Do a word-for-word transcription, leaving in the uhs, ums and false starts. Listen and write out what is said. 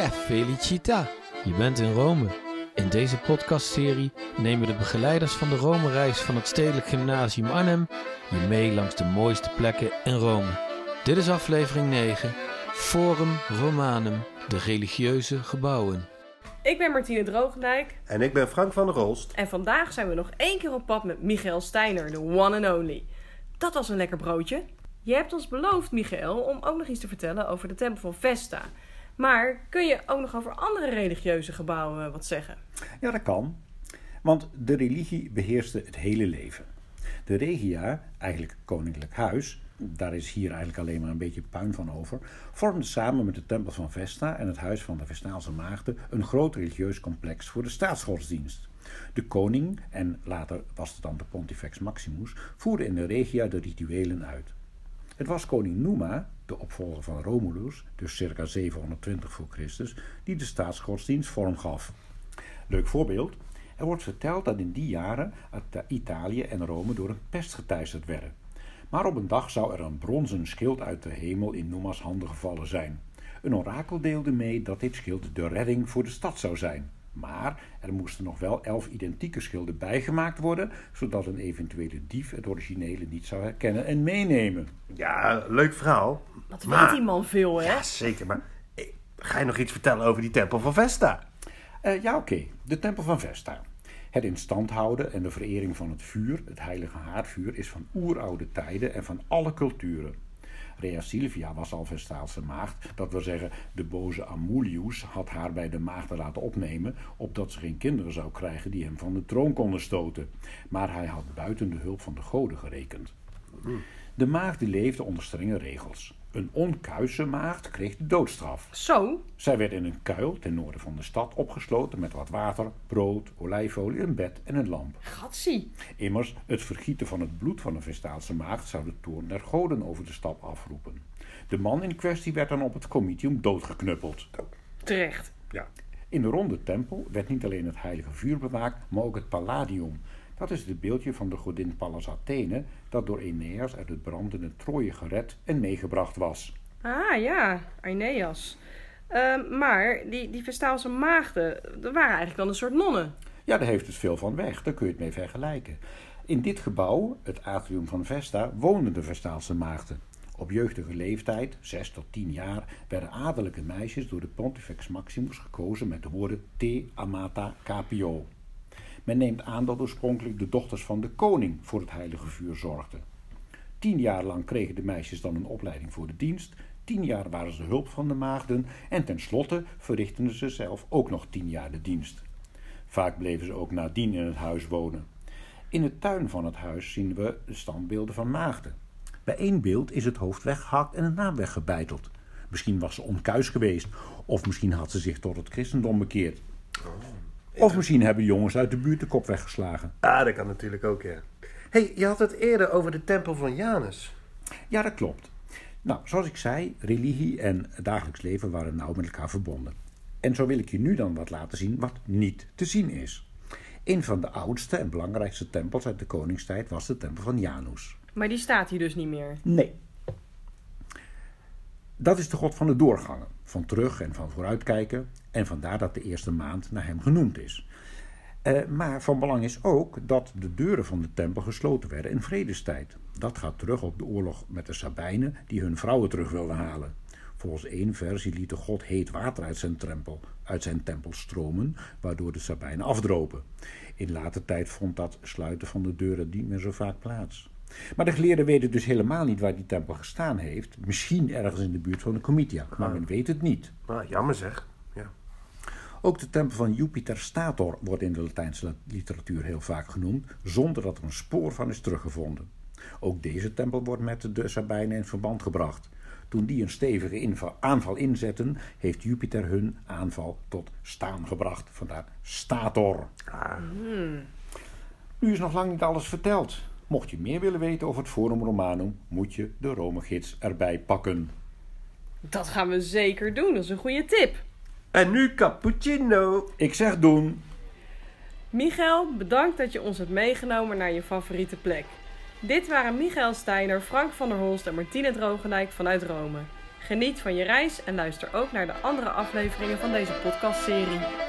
Che felicita! Je bent in Rome. In deze podcastserie nemen de begeleiders van de Rome-reis van het Stedelijk Gymnasium Arnhem je mee langs de mooiste plekken in Rome. Dit is aflevering negen, Forum Romanum, de religieuze gebouwen. Ik ben Martine Drogendijk. En ik ben Frank van der Rolst. En vandaag zijn we nog één keer op pad met Michael Steiner, de one and only. Dat was een lekker broodje. Je hebt ons beloofd, Michael, om ook nog iets te vertellen over de tempel van Vesta. Maar kun je ook nog over andere religieuze gebouwen wat zeggen? Ja, dat kan. Want de religie beheerste het hele leven. De regia, eigenlijk koninklijk huis, daar is hier eigenlijk alleen maar een beetje puin van over, vormde samen met de tempel van Vesta en het huis van de Vestaalse maagden een groot religieus complex voor de staatsgodsdienst. De koning, en later was het dan de Pontifex Maximus, voerde in de regia de rituelen uit. Het was koning Numa, de opvolger van Romulus, dus circa zevenhonderdtwintig voor Christus, die de staatsgodsdienst vorm gaf. Leuk voorbeeld. Er wordt verteld dat in die jaren Italië en Rome door een pest geteisterd werden. Maar op een dag zou er een bronzen schild uit de hemel in Numa's handen gevallen zijn. Een orakel deelde mee dat dit schild de redding voor de stad zou zijn. Maar er moesten nog wel elf identieke schilden bijgemaakt worden, zodat een eventuele dief het originele niet zou herkennen en meenemen. Ja, leuk verhaal. Wat maar, weet die man veel, hè? Ja, zeker. Maar eh, ga je nog iets vertellen over die tempel van Vesta? Uh, ja, oké. Okay. De tempel van Vesta. Het in stand houden en de verering van het vuur, het heilige haardvuur, is van oeroude tijden en van alle culturen. Rhea Silvia was al Vestaalse maagd, dat wil zeggen de boze Amulius had haar bij de maagden laten opnemen, opdat ze geen kinderen zou krijgen die hem van de troon konden stoten. Maar hij had buiten de hulp van de goden gerekend. De maagden leefden onder strenge regels. Een onkuise maagd kreeg de doodstraf. Zo? Zij werd in een kuil ten noorden van de stad opgesloten met wat water, brood, olijfolie, een bed en een lamp. Gatsie. Immers, het vergieten van het bloed van een Vestaalse maagd zou de toorn der goden over de stad afroepen. De man in kwestie werd dan op het comitium doodgeknuppeld. Terecht. Ja. In de ronde tempel werd niet alleen het heilige vuur bewaakt, maar ook het palladium. Dat is het beeldje van de godin Pallas Athene, dat door Aeneas uit het brandende Troje gered en meegebracht was. Ah ja, Aeneas. Uh, maar die, die Vestaalse maagden, dat waren eigenlijk dan een soort nonnen. Ja, daar heeft het veel van weg, daar kun je het mee vergelijken. In dit gebouw, het atrium van Vesta, woonden de Vestaalse maagden. Op jeugdige leeftijd, zes tot tien jaar, werden adellijke meisjes door de Pontifex Maximus gekozen met de woorden Te amata capio. Men neemt aan dat oorspronkelijk de dochters van de koning voor het heilige vuur zorgden. Tien jaar lang kregen de meisjes dan een opleiding voor de dienst, tien jaar waren ze de hulp van de maagden en tenslotte verrichtten ze zelf ook nog tien jaar de dienst. Vaak bleven ze ook nadien in het huis wonen. In de tuin van het huis zien we de standbeelden van maagden. Bij één beeld is het hoofd weggehakt en de naam weggebeiteld. Misschien was ze onkuis geweest, of misschien had ze zich tot het christendom bekeerd. Of misschien hebben jongens uit de buurt de kop weggeslagen. Ah, dat kan natuurlijk ook, ja. Hé, je had het eerder over de tempel van Janus. Ja, dat klopt. Nou, zoals ik zei, religie en dagelijks leven waren nauw met elkaar verbonden. En zo wil ik je nu dan wat laten zien wat niet te zien is. Een van de oudste en belangrijkste tempels uit de koningstijd was de tempel van Janus. Maar die staat hier dus niet meer? Nee. Dat is de god van de doorgangen, van terug en van vooruitkijken, en vandaar dat de eerste maand naar hem genoemd is. Uh, maar van belang is ook dat de deuren van de tempel gesloten werden in vredestijd. Dat gaat terug op de oorlog met de Sabijnen die hun vrouwen terug wilden halen. Volgens één versie liet de god heet water uit zijn tempel, uit zijn tempel stromen, waardoor de Sabijnen afdropen. In later tijd vond dat sluiten van de deuren niet meer zo vaak plaats. Maar de geleerden weten dus helemaal niet waar die tempel gestaan heeft. Misschien ergens in de buurt van de Comitia, maar men weet het niet. Ah, jammer zeg. Ja. Ook de tempel van Jupiter Stator wordt in de Latijnse literatuur heel vaak genoemd, zonder dat er een spoor van is teruggevonden. Ook deze tempel wordt met de Sabijnen in verband gebracht. Toen die een stevige inval, aanval inzetten, heeft Jupiter hun aanval tot staan gebracht. Vandaar Stator. Ah. Hmm. Nu is nog lang niet alles verteld. Mocht je meer willen weten over het Forum Romanum, moet je de Rome-gids erbij pakken. Dat gaan we zeker doen, dat is een goede tip. En nu cappuccino. Ik zeg doen. Michael, bedankt dat je ons hebt meegenomen naar je favoriete plek. Dit waren Michael Steiner, Frank van der Rolst en Martine Drogendijk vanuit Rome. Geniet van je reis en luister ook naar de andere afleveringen van deze podcastserie.